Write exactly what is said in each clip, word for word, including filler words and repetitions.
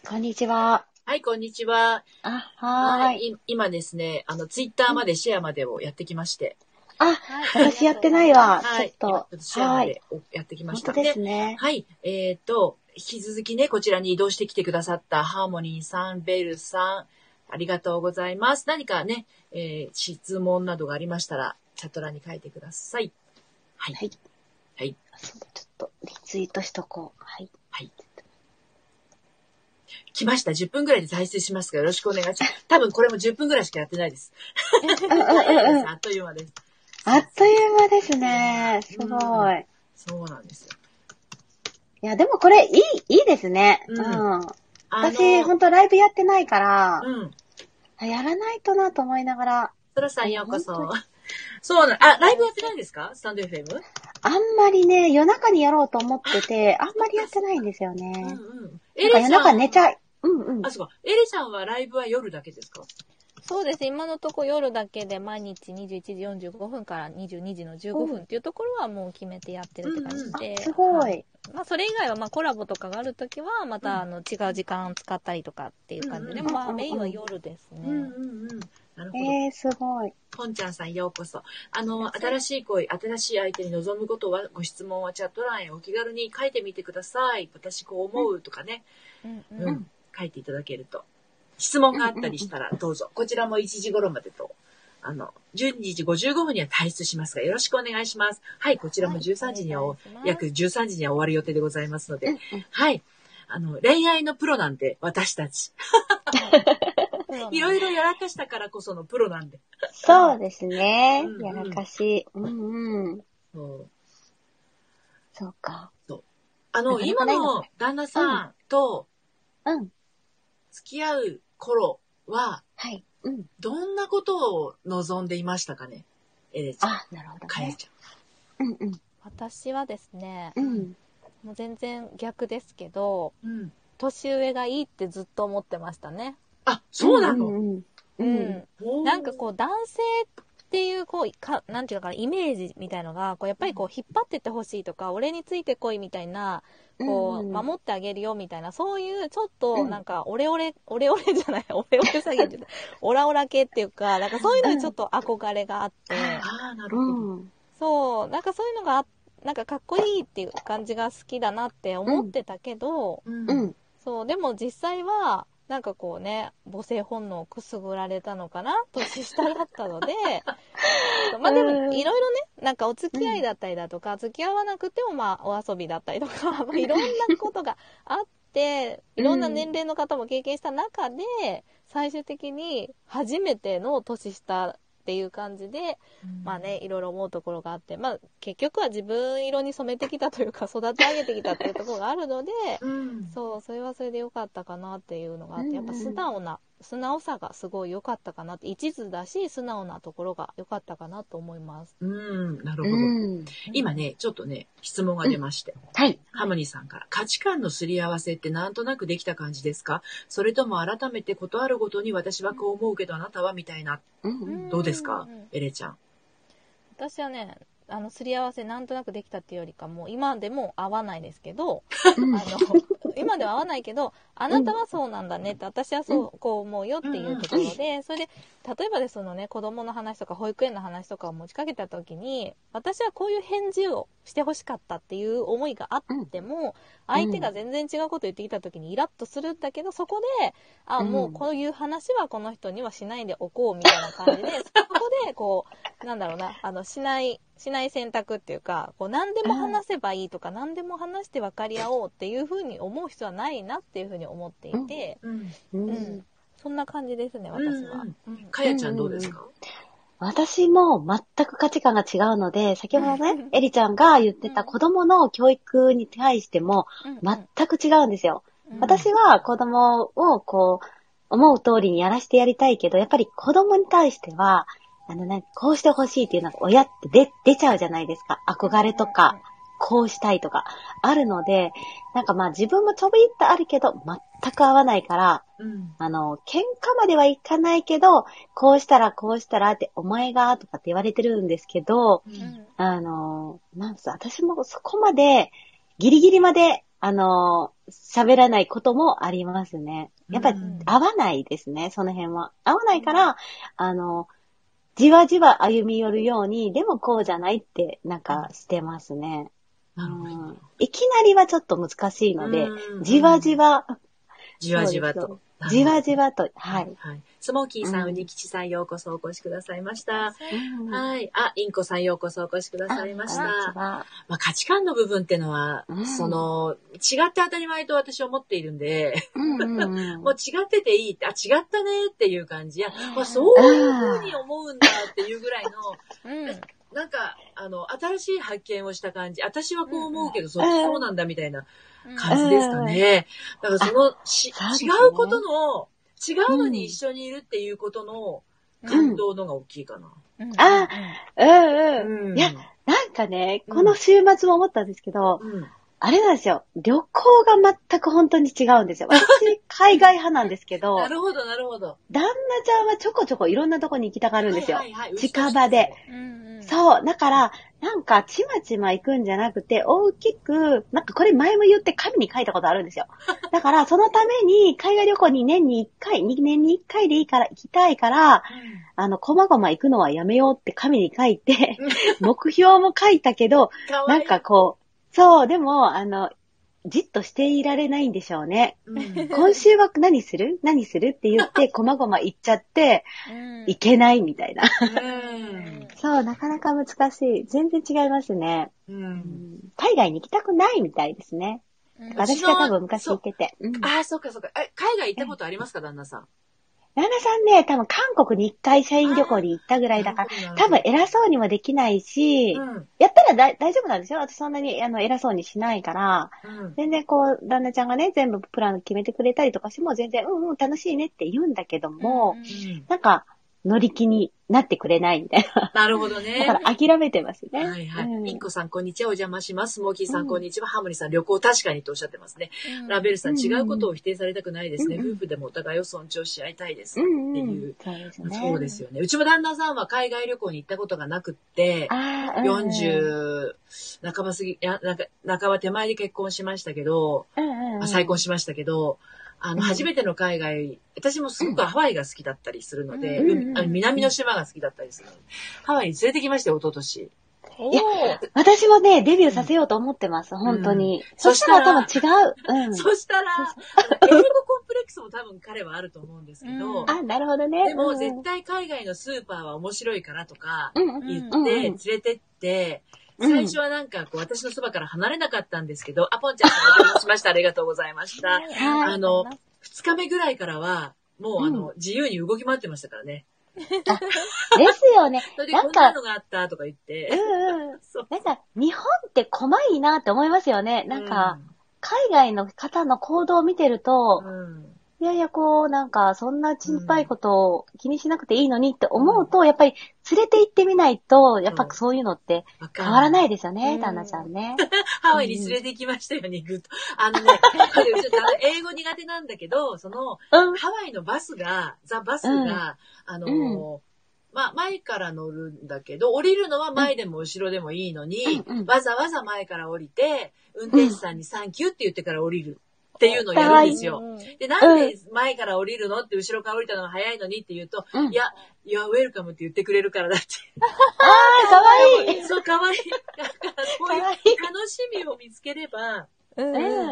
こんにちは。 はい、こんにちは。 あ、はーい。 い今ですね、あの、ツイッターまでシェアまでをやってきまして。 あ、 はい、 私やってないわ。 はい、 ちょっと。 今ちょっとシェアまでやってきました。 本当ですね。 はい、えっと、引き続きね、こちらに移動してきてくださったハーモニーさん、ベルさん、ありがとうございます。何かね、えー、質問などがありましたら、チャット欄に書いてください。はい。 はい。 はい。 ちょっとリツイートしとこう。はい。 はい。来ました。じゅっぷんぐらいで再生しますが、よろしくお願いします。多分これもじゅっぷんぐらいしかやってないです。あっという間です。 あっという間ですね。すごい。うん、 そうなんですよ。 いや、でもこれいい、いいですね。うん。うん、私、ほんとライブやってないから、うん、やらないとなと思いながら。 そらさんようこそ。そうなあ、ライブやってないんですか？スタンド エフエム？ あんまりね、夜中にやろうと思ってて、あんまりやってないんですよね。うんうん。なんか夜中寝ちゃい。うんうん。 あ、そうか。エリさんはライブは夜だけですか？ そうです。今のところ夜だけで毎日にじゅういちじよんじゅうごふんからにじゅうにじのじゅうごふんっていうところはもう決めてやってるって感じで。 うんうん、すごい。 まあそれ以外はまあコラボとかがあるときはまたあの違う時間使ったりとかっていう感じで、うんうん、まあメインは夜ですね。うんうんうん、 なるほど。えー、すごい。 ポンちゃんさんようこそ。あの、新しい恋、新しい相手に望むことは、ご質問はチャット欄へお気軽に書いてみてください。私こう思うとかね。うんうんうん、書いていただけると。質問があったりしたらどうぞ。こちらもいちじ頃までと、あの、じゅうにじごじゅうごふんには退出しますが、よろしくお願いします。はい、こちらもじゅうさんじには、はい、約じゅうさんじには終わる予定でございますので、うんうん、はい。あの、恋愛のプロなんて私たち。いろいろやらかしたからこそのプロなんで。 そうですね。うんうん、やらかし。うんうん。そう。そうか。 そう。あの、今の旦那さんと、 うん。 付き合う頃は、 はい。うん。 どんなことを望んでいましたかね、エレちゃん。 あ、なるほど、ね。 かやちゃん。うんうん。私はですね、うん、もう全然逆ですけど、うん、年上がいいってずっと思ってましたね。 あ、そうなの？ うん。うん、うん、なんかこう男性っていうこうかなんていうのかなイメージみたいのがこうやっぱりこう引っ張ってってほしいとか、俺についてこいみたいなこう守ってあげるよみたいな、そういうちょっとなんかオレオレオレオレじゃないオレオレ詐欺ってオラオラ系っていうかなんかそういうのにちょっと憧れがあって、 ああなるほど。 そうなんかそういうのがなんかかっこいいっていう感じが好きだなって思ってたけど、うん、そうでも実際はなんかこうね母性本能をくすぐられたのかな年下だったのでまあでもいろいろねなんかお付き合いだったりだとか、うん、付き合わなくてもまあお遊びだったりとか、まあ、いろんなことがあっていろんな年齢の方も経験した中で最終的に初めての年下っていう感じで、うん、まあねいろいろ思うところがあって、まあ、結局は自分色に染めてきたというか育て上げてきたっていうところがあるので、うん、そうそれはそれで良かったかなっていうのがあって、やっぱ素直な素直さがすごい良かったかなって一途だし素直なところが良かったかなと思います。 うん、なるほど。今ねちょっとね質問が出まして、うん、 はい、 ハムニさんから価値観のすり合わせってなんとなくできた感じですか？それとも改めてことあるごとに私はこう思うけどあなたはみたいな、うん、どうですか、エレちゃん。 私はねあのすり合わせなんとなくできたっていうよりかもう今でも合わないですけどあの今では合わないけどあなたはそうなんだねって私はそうこう思うよっていうところで、それで例えばでそのね子供の話とか保育園の話とかを持ちかけた時に私はこういう返事をしてほしかったっていう思いがあっても相手が全然違うこと言ってきた時にイラッとするんだけど、そこであもうこういう話はこの人にはしないでおこうみたいな感じでそこでこうなんだろうなあのしないしない選択っていうかこう何でも話せばいいとか、うん、何でも話して分かり合おうっていう風に思う必要はないなっていう風に思っていて、うんうんうん、そんな感じですね私は。 かやちゃんどうですか？ 私も全く価値観が違うので、先ほどね、エリちゃんが言ってた子供の教育に対しても全く違うんですよ。うんうん、私は子供をこう思う通りにやらせてやりたいけど、やっぱり子供に対してはあのね、こうしてほしいっていうのが親って出、出ちゃうじゃないですか。憧れとか、こうしたいとか、あるので、なんかまあ自分もちょびっとあるけど、全く合わないから、うん、あの、喧嘩まではいかないけど、こうしたらこうしたらって、お前が、とかって言われてるんですけど、うん、あの、なんす、私もそこまで、ギリギリまで、あの、 喋らないこともありますね。やっぱり合わないですね、その辺は。合わないから、あの、じわじわ歩み寄るように、でもこうじゃないって、なんかしてますね。うん、いきなりはちょっと難しいので、じわじわ。 じわじわと。 じわじわと。はい。 はい。スモーキーさん、うにきちさん、ようこそお越しくださいました。はい。あ、インコさん、ようこそお越しくださいました。まあ、価値観の部分ってのは、うん、その、違って当たり前と私は思っているんで、うんうんうん、もう違ってていいって、あ、違ったねっていう感じや、まあ、そういうふうに思うんだっていうぐらいの、うんなんか、あの、新しい発見をした感じ。私はこう思うけど、そっちそうなんだみたいな感じですかね。だからその、し、違うことの、違うのに一緒にいるっていうことの感動のが大きいかな。 あ、うんうん。いや、なんかね、この週末も思ったんですけど、あれなんですよ。旅行が全く本当に違うんですよ。私、海外派なんですけど。 なるほど、なるほど。 旦那ちゃんはちょこちょこいろんなとこに行きたがるんですよ。はいはいはい、近場で。そう。だから、なんか、ちまちま行くんじゃなくて、大きく、なんかこれ前も言って紙に書いたことあるんですよ。だから、そのために、海外旅行に年にいっかい、にねんにいっかいでいいから、行きたいから、うん、あの、こまごま行くのはやめようって紙に書いて、目標も書いたけど、なんかこう、そう、でも、あの、じっとしていられないんでしょうね。うん、今週は何する何するって言って、こまごま行っちゃって、うん、行けないみたいな、うん。そう、なかなか難しい。全然違いますね。うん、海外に行きたくないみたいですね。うん、私が多分昔行ってて。 うん、ああ、そっかそっか。え、海外行ったことありますか、旦那さん。 旦那さんね、多分韓国に一回社員旅行に行ったぐらいだから、多分偉そうにもできないし、うん、やったらだ大丈夫なんですよ。私そんなにあの偉そうにしないから、うん、全然こう、旦那ちゃんがね、全部プラン決めてくれたりとかしても全然、うんうん、楽しいねって言うんだけども、うんうん、なんか、乗り気になってくれないみたいな。 なるほどね。 だから諦めてますね。 はいはい。インコさん、こんにちは。お邪魔します。モーキーさん、こんにちは。ハーモニーさん、旅行確かにとおっしゃってますね。うん、ラベルさん、違うことを否定されたくないですね。うんうん、夫婦でもお互いを尊重し合いたいです。っていう。うんうん、そうですね。そうですよね。うちも旦那さんは海外旅行に行ったことがなくって、うん、よんじゅう半ば過ぎ、やなんか半ば手前で結婚しましたけど、うんうん、再婚しましたけど、あの、うん、初めての海外、私もすごくハワイが好きだったりするので、うん、あの南の島が好きだったりするので、ハワイに連れてきましたよ、一昨年。いや、私もね、デビューさせようと思ってます、うん、本当に。うん、そしたら多分違う。 うん、そしたら、英語コンプレックスも多分彼はあると思うんですけど、うん、 あ、なるほどね。 でも、絶対海外のスーパーは面白いからとか言って、連れてって、最初はなんかこう私のそばから離れなかったんですけど、あ、ポンちゃんさんお邪魔しました。ありがとうございました。はい、あの、二日目ぐらいからは、もうあの、うん、自由に動き回ってましたからね。 ですよね。 それでこんなのがあったとか言って。 うんうん。なんか、日本って怖いなって思いますよね。なんか、うん、海外の方の行動を見てると、うんいやいや、こう、なんか、そんな心配ことを気にしなくていいのにって思うと、うん、やっぱり連れて行ってみないと、やっぱそういうのって変わらないですよね、うん、旦那ちゃんね。 ハワイに連れて行きましたよね、ぐっと。あのね、英語苦手なんだけど、その、うん、ハワイのバスが、ザ・バスが、うん、あのー、まあ、前から乗るんだけど、降りるのは前でも後ろでもいいのに、うん、わざわざ前から降りて、運転手さんにサンキューって言ってから降りる。っていうのをやるんですよ。で、なんで前から降りるのって後ろから降りたのが早いのにって言うと、うん、いや、You are welcome って言ってくれるからだって。 ああ、かわいい。 そう、かわいい。だからこういう楽しみを見つければ、うん、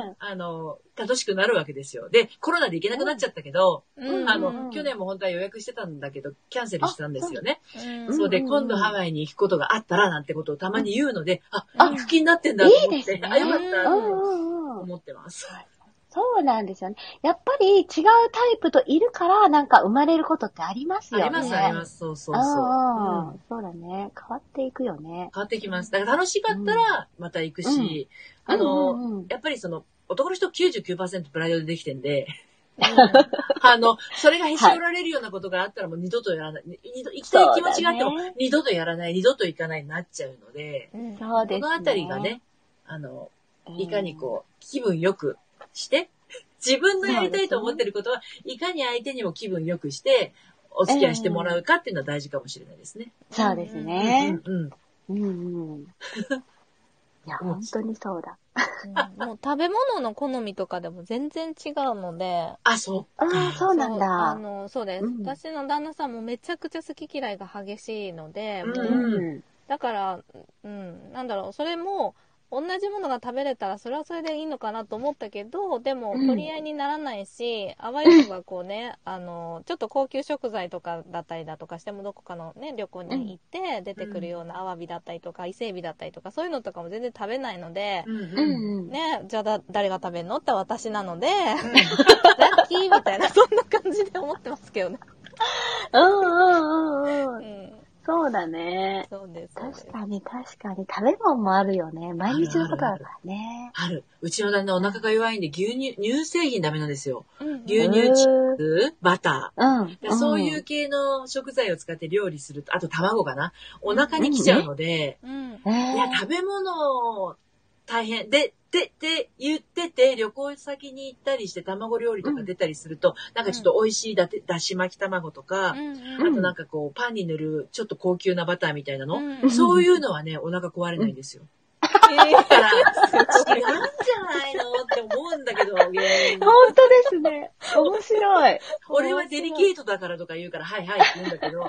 あの、楽しくなるわけですよ。で、コロナで行けなくなっちゃったけど、うん、あの、うん、去年も本当は予約してたんだけど、キャンセルしたんですよね。うん、そうで、今度ハワイに行くことがあったらなんてことをたまに言うので、あ、行く気になってんだと思って、いいですね、あ、よかったと思ってます。 そうなんですよね。やっぱり違うタイプといるから、なんか生まれることってありますよね。 あります、あります。そうそうそう。 うん、そうだね。変わっていくよね。 変わっていきます。だから楽しかったらまた行くし、うん、あの、うんうんうん、やっぱりその、男の人 きゅうじゅうきゅうパーセント プライドでできてんで、うん、あの、それがへし折られるようなことがあったらもう二度とやらない。二度、行きたい気持ちがあっても二度とやらない、二度と行かないになっちゃうので、うん、そうですね、このあたりがね、あの、いかにこう、気分よくして、自分のやりたいと思ってることは、いかに相手にも気分よくして、お付き合いしてもらうかっていうのは大事かもしれないですね。 そうですね。 うんうん。うんうんいや、本当にそうだ。 うん、もう食べ物の好みとかでも全然違うので。 あ、そう。 ああ、そうなんだ。 あの、そうです、うん。私の旦那さんもめちゃくちゃ好き嫌いが激しいので、 うん、 もう、だから、うん、なんだろう、それも、同じものが食べれたらそれはそれでいいのかなと思ったけど、でも取り合いにならないし、あわよくばこうね、あのちょっと高級食材とかだったりだとかしてもどこかのね旅行に行って出てくるようなアワビだったりとか伊勢エビだったりとかそういうのとかも全然食べないので、 うんうん、 ね、じゃあだ誰が食べるのって私なので、うん、ラッキーみたいなそんな感じで思ってますけどね。 うんうんうんうん。うんそうだね。 そうです。 確かに確かに。食べ物もあるよね。毎日のことだからね。 あるあるある。うちの旦那お腹が弱いんで牛乳、乳製品ダメなんですよ。うん、牛乳、チーズ、バター、うん。そういう系の食材を使って料理すると、あと卵かな。お腹に来ちゃうので、うんうん、いや、食べ物大変。で、で、で、言ってて、旅行先に行ったりして卵料理とか出たりすると、うん、なんかちょっと美味しいだて、だし巻き卵とか、うんうん、あとなんかこう、パンに塗るちょっと高級なバターみたいなの、うん、そういうのはね、お腹壊れないんですよ。だから、違うんじゃないのって思うんだけど、 本当ですね。面白い。 俺はデリケートだからとか言うから、はいはいって言うんだけど、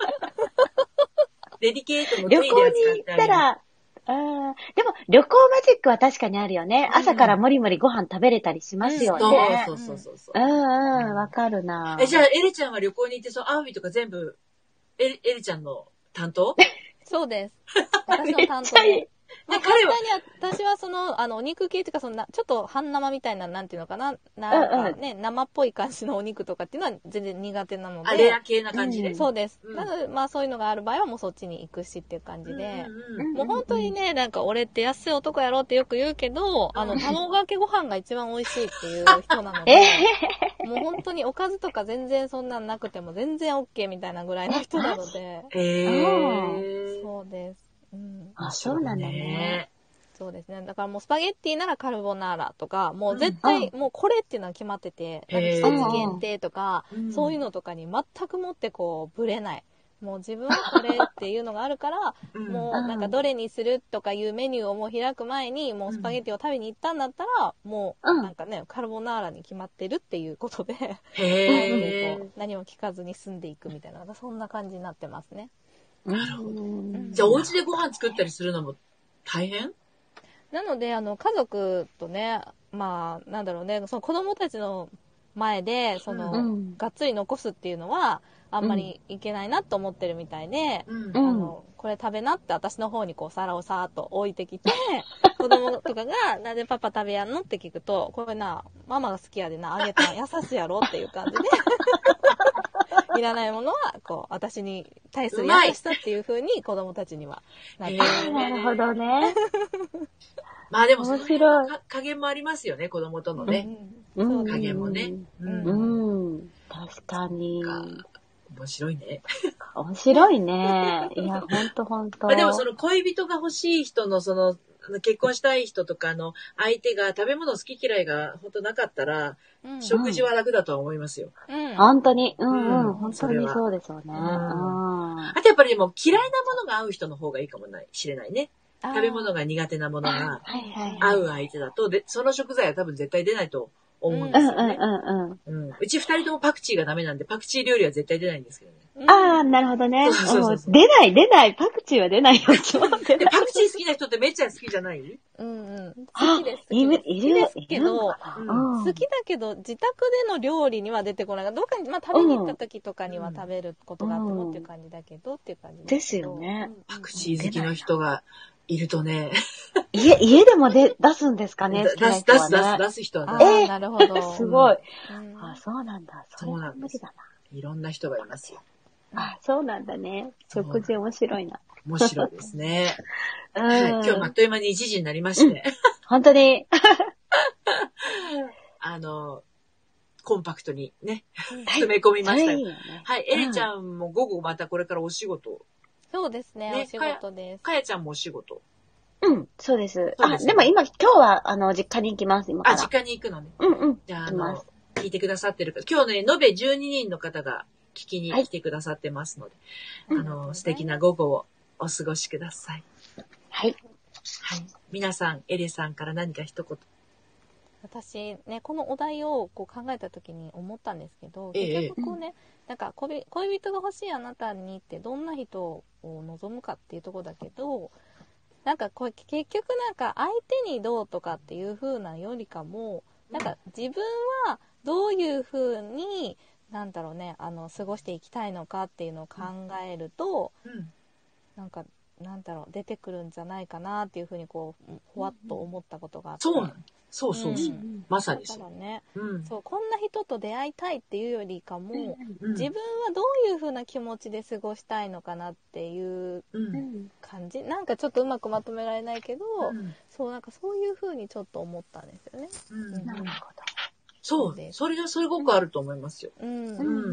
デリケートの手入れを使ってあげる。 あでも、旅行マジックは確かにあるよね。うん、朝からもりもりご飯食べれたりしますよね。 そうそうそうそう。 うんうん、わかるな。 え、じゃあ、エレちゃんは旅行に行って、そのアワビとか全部、エレ、エレちゃんの担当そうです。私の担当で。まあ、簡単に私はその、あの、お肉系っていうか、そのな、ちょっと半生みたいな、なんていうのかな、なんかね、うんうん、生っぽい感じのお肉とかっていうのは全然苦手なので。 あ、レア系な感じで、うん、 そうです。うん、なので、まあそういうのがある場合はもうそっちに行くしっていう感じで、うんうんうん、もう本当にね、なんか俺って安い男やろってよく言うけど、あの、卵かけご飯が一番美味しいっていう人なので、もう本当におかずとか全然そんなんなくても全然 OK みたいなぐらいの人なので。 へー。 そうです。うん、 あ、そうなんだね。 そうですね。だからもうスパゲッティならカルボナーラとか、もう絶対、もうこれっていうのは決まってて、なんか季節限定とか、そういうのとかに全くもってこう、ぶれない。もう自分はこれっていうのがあるから、もうなんかどれにするとかいうメニューをもう開く前に、もうスパゲッティを食べに行ったんだったら、もうなんかね、カルボナーラに決まってるっていうことで、 へこう何も聞かずに済んでいくみたいな、そんな感じになってますね。 なるほど。じゃあお家でご飯作ったりするのも大変？ なので、あの、家族とね、まあ、なんだろうね、その子供たちの前で、その、うん、がっつり残すっていうのは、あんまりいけないなと思ってるみたいで、うん、あの、これ食べなって私の方にこう皿をさーっと置いてきて、子供とかが、なんでパパ食べやんのって聞くと、これな、ママが好きやでな、あげたん優しいやろっていう感じで、いらないものは、こう、私に対する優しさっていう風に子供たちにはなってます。 なるほどね。 まあでも、面白い。加減もありますよね、子供とのね。 うん、 加減もね。 うん。うん、確かに。 面白いね。 面白いね。いや、ほんとほんと。 まあでもその恋人が欲しい人のその、結婚したい人とかの相手が食べ物好き嫌いが本当なかったら、うん、食事は楽だとは思いますよ。 うん、本当に。うんうん。うん、本当にそうですよね。うん、 あとやっぱりでも嫌いなものが合う人の方がいいかもしれないね。食べ物が苦手なものが合う相手だと、で、その食材は多分絶対出ないと思うんですよね。うんうんうんうん。うち二人ともパクチーがダメなんで、パクチー料理は絶対出ないんですけどね。 ああ、なるほどね。そうそうそう。出ない、出ない。パクチーは出ないよ。 パクチー好きな人ってめっちゃ好きじゃない？ うんうん。好きです。いる、いるけど、好きだけど、自宅での料理には出てこない。どっかに、まあ食べに行った時とかには食べることがあってもっていう感じだけど、っていう感じですよね。 パクチー好きの人がいるとね。 家、家でもで出すんですかね？ 出す、出す、出す、出す人はね。えー、なるほど。 すごい。あ、そうなんだ。 そうなんです。いろんな人がいますよ。 あ、そうなんだね。食事面白いな。 面白いですね。はい、今日あっという間にいちじになりまして。うん、 本当に。 あの、コンパクトにね、詰め込みましたよ。はい、ね、はい、エレちゃんも午後またこれからお仕事。 そうですね、ねお仕事です。 かやちゃんもお仕事。 うん、そうです。そうですあ、でも今、今日は、あの、実家に行きます、今から。 あ、実家に行くのね。 うんうん。 じゃあ、あの、聞いてくださってるから、今日ね、延べじゅうににんの方が聞きに来てくださってますので、はい、あの、うん、素敵な午後をお過ごしください。 はい。 はい。皆さん、エレさんから何か一言。 私ね、このお題をこう考えた時に思ったんですけど、結局こうね、ええ、なんか恋人が欲しいあなたにってどんな人を望むかっていうところだけど、なんかこれ結局なんか相手にどうとかっていう風なよりかも、なんか自分はどういう風になんだろうね、あの過ごしていきたいのかっていうのを考えると、うん、なんかなんだろう出てくるんじゃないかなっていう風にこうふわっと思ったことがあって、 そうなんそうそうそう、うん、まさにそう。 だからね、 うん、 そうこんな人と出会いたいっていうよりかも、うん、自分はどういう風な気持ちで過ごしたいのかなっていう感じ、うん、なんかちょっとうまくまとめられないけど、うん、そうなんかそういう風にちょっと思ったんですよね。 うん、なるほど。 そう、それがすごくあると思いますよ。うん。うん。うん。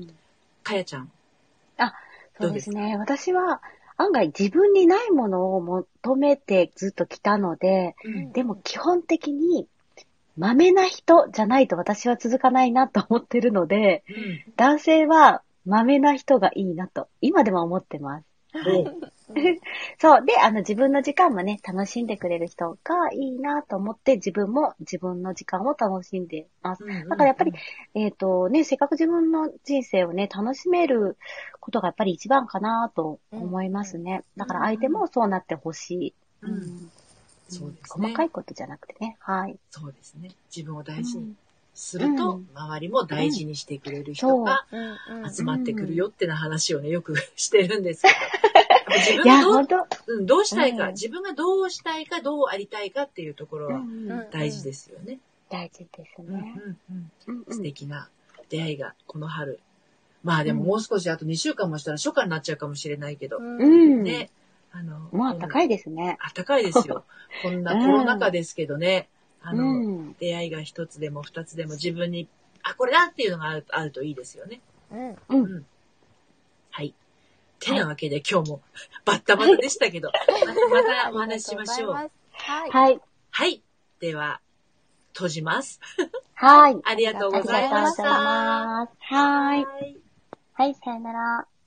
かやちゃん。 あ、そうですね。私は案外自分にないものを求めてずっと来たので、うん、でも基本的にまめな人じゃないと私は続かないなと思ってるので、うん、男性はまめな人がいいなと今でも思ってます。はい。そう。で、あの自分の時間もね、楽しんでくれる人がいいなと思って自分も自分の時間を楽しんでます。うんうんうん、だからやっぱり、えっとね、せっかく自分の人生をね、楽しめることがやっぱり一番かなと思いますね。うんうん、だから相手もそうなってほしい。うんうん、そうですね。細かいことじゃなくてね。はい。 そうですね。自分を大事にすると、うん、周りも大事にしてくれる人が集まってくるよってな話をね、よくしてるんですけど。自分がどう、うん、どうしたいか、うん、自分がどうしたいか、どうありたいかっていうところは大事ですよね。うんうん、 大事ですね、 うんうんうん。素敵な出会いがこの春。まあでももう少しあとにしゅうかんもしたら初夏になっちゃうかもしれないけど。うん、ね。 あの、もう暖かいですね。 暖かいですよ。こんなコロナ禍ですけどね。あの、うん、出会いが一つでも二つでも自分に、あ、これだっていうのがある、あるといいですよね。うん。うん。はい。てなわけで今日もバッタバタでしたけど、またお話ししましょう。はい。 はい。 はい。では、閉じます。 はい。 ありがとうございました。 ありがとうございます。はい。はい、さよなら。